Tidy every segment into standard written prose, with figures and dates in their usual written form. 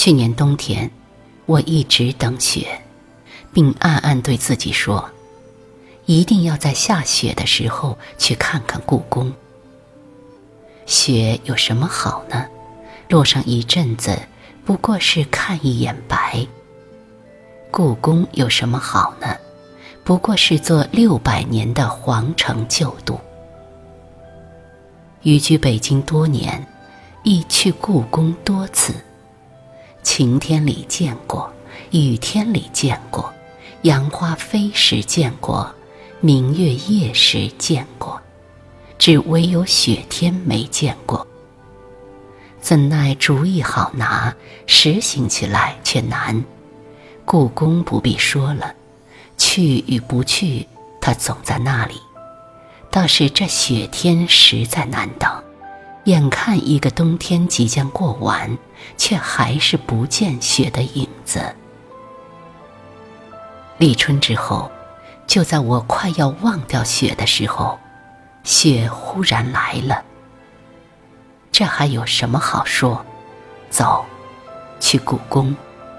去年冬天，我一直等雪，并暗暗对自己说，一定要在下雪的时候去看看故宫。雪有什么好呢？落上一阵子，不过是看一眼白。故宫有什么好呢？不过是座600年的皇城旧都。寓居北京多年，亦去故宫多次，晴天里见过，雨天里见过，杨花飞时见过，明月夜时见过，只唯有雪天没见过。怎奈主意好拿，实行起来却难。故宫不必说了，去与不去，它总在那里。倒是这雪天实在难等，眼看一个冬天即将过完，却还是不见雪的影子。立春之后，就在我快要忘掉雪的时候，雪忽然来了。这还有什么好说？走，去故宫。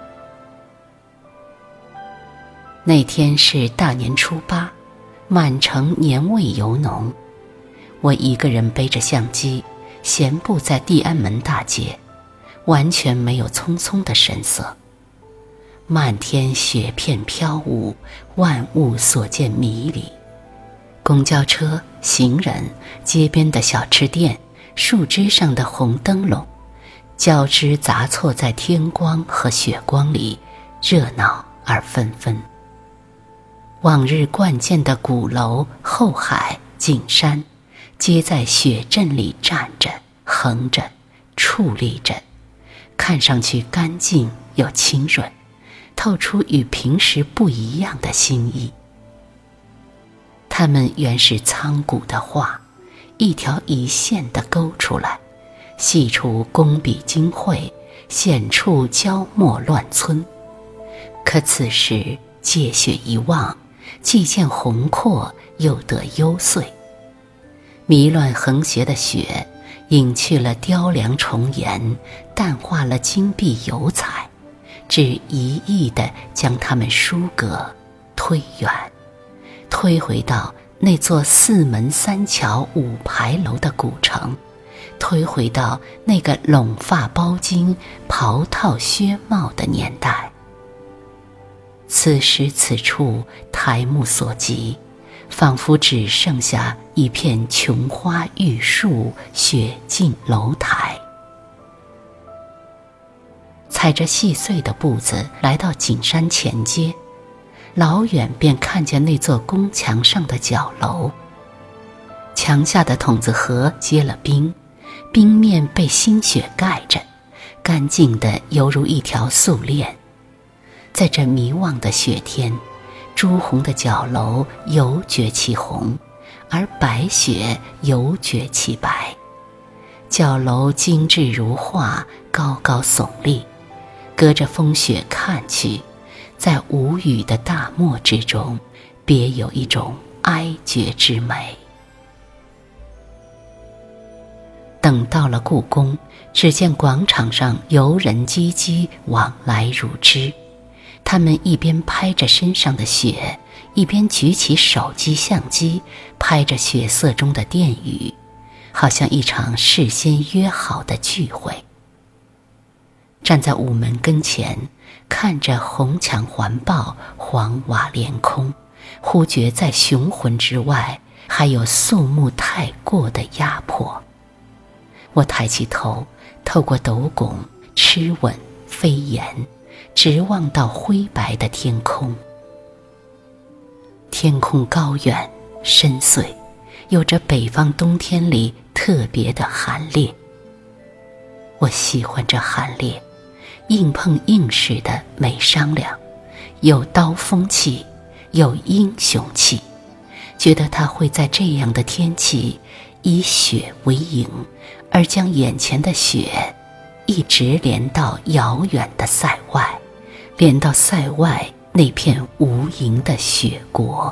那天是大年初8，满城年味犹浓。我一个人背着相机，闲步在地安门大街，完全没有匆匆的神色。漫天雪片飘舞，万物所见迷离。公交车、行人、街边的小吃店、树枝上的红灯笼，交织杂错在天光和雪光里，热闹而纷纷。往日惯见的鼓楼、后海、景山，皆在雪阵里站着、横着、矗立着，看上去干净又清润，透出与平时不一样的新意。它们原是苍古的画，一条一线地勾出来，细处工笔精绘，显处焦墨乱皴。可此时借雪一望，既见宏阔，又得幽邃。迷乱横斜的雪，隐去了雕梁重岩，淡化了金碧油彩，只一意地将它们疏隔、推远，推回到那座4门3桥5牌楼的古城，推回到那个拢发包巾、袍套靴帽的年代。此时此处，台目所及，仿佛只剩下一片琼花玉树、雪径楼台。踩着细碎的步子来到景山前街，老远便看见那座宫墙上的角楼，墙下的筒子河结了冰，冰面被新雪盖着，干净的犹如一条素链。在这迷惘的雪天，朱红的角楼犹觉其红，而白雪犹觉其白。角楼精致如画，高高耸立，隔着风雪看去，在无语的大漠之中，别有一种哀绝之美。等到了故宫，只见广场上游人唧唧，往来如织。他们一边拍着身上的雪，一边举起手机相机，拍着血色中的殿宇，好像一场事先约好的聚会。站在午门跟前，看着红墙环抱，黄瓦连空，忽觉在雄浑之外，还有肃穆太过的压迫。我抬起头，透过斗拱，吃吻飞檐，直望到灰白的天空。天空高远深邃，有着北方冬天里特别的寒冽。我喜欢这寒冽，硬碰硬似的没商量，有刀锋气，有英雄气，觉得它会在这样的天气以雪为影，而将眼前的雪一直连到遥远的塞外，连到塞外那片无垠的雪国。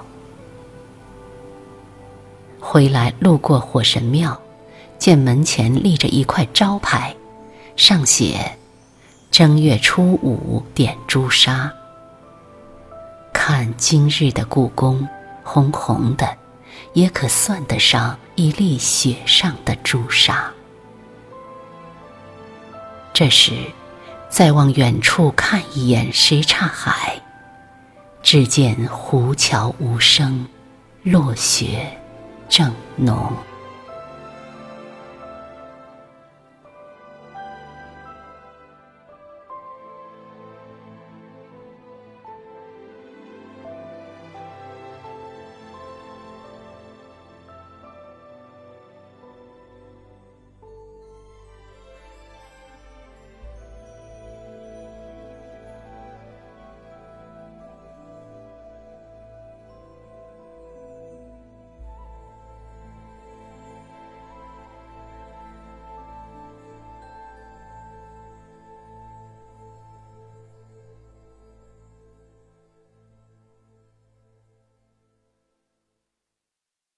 回来路过火神庙，见门前立着一块招牌，上写正月初五点朱砂，看今日的故宫，红红的，也可算得上一粒雪上的朱砂。这时，再往远处看一眼什刹海，只见湖桥无声，落雪正浓。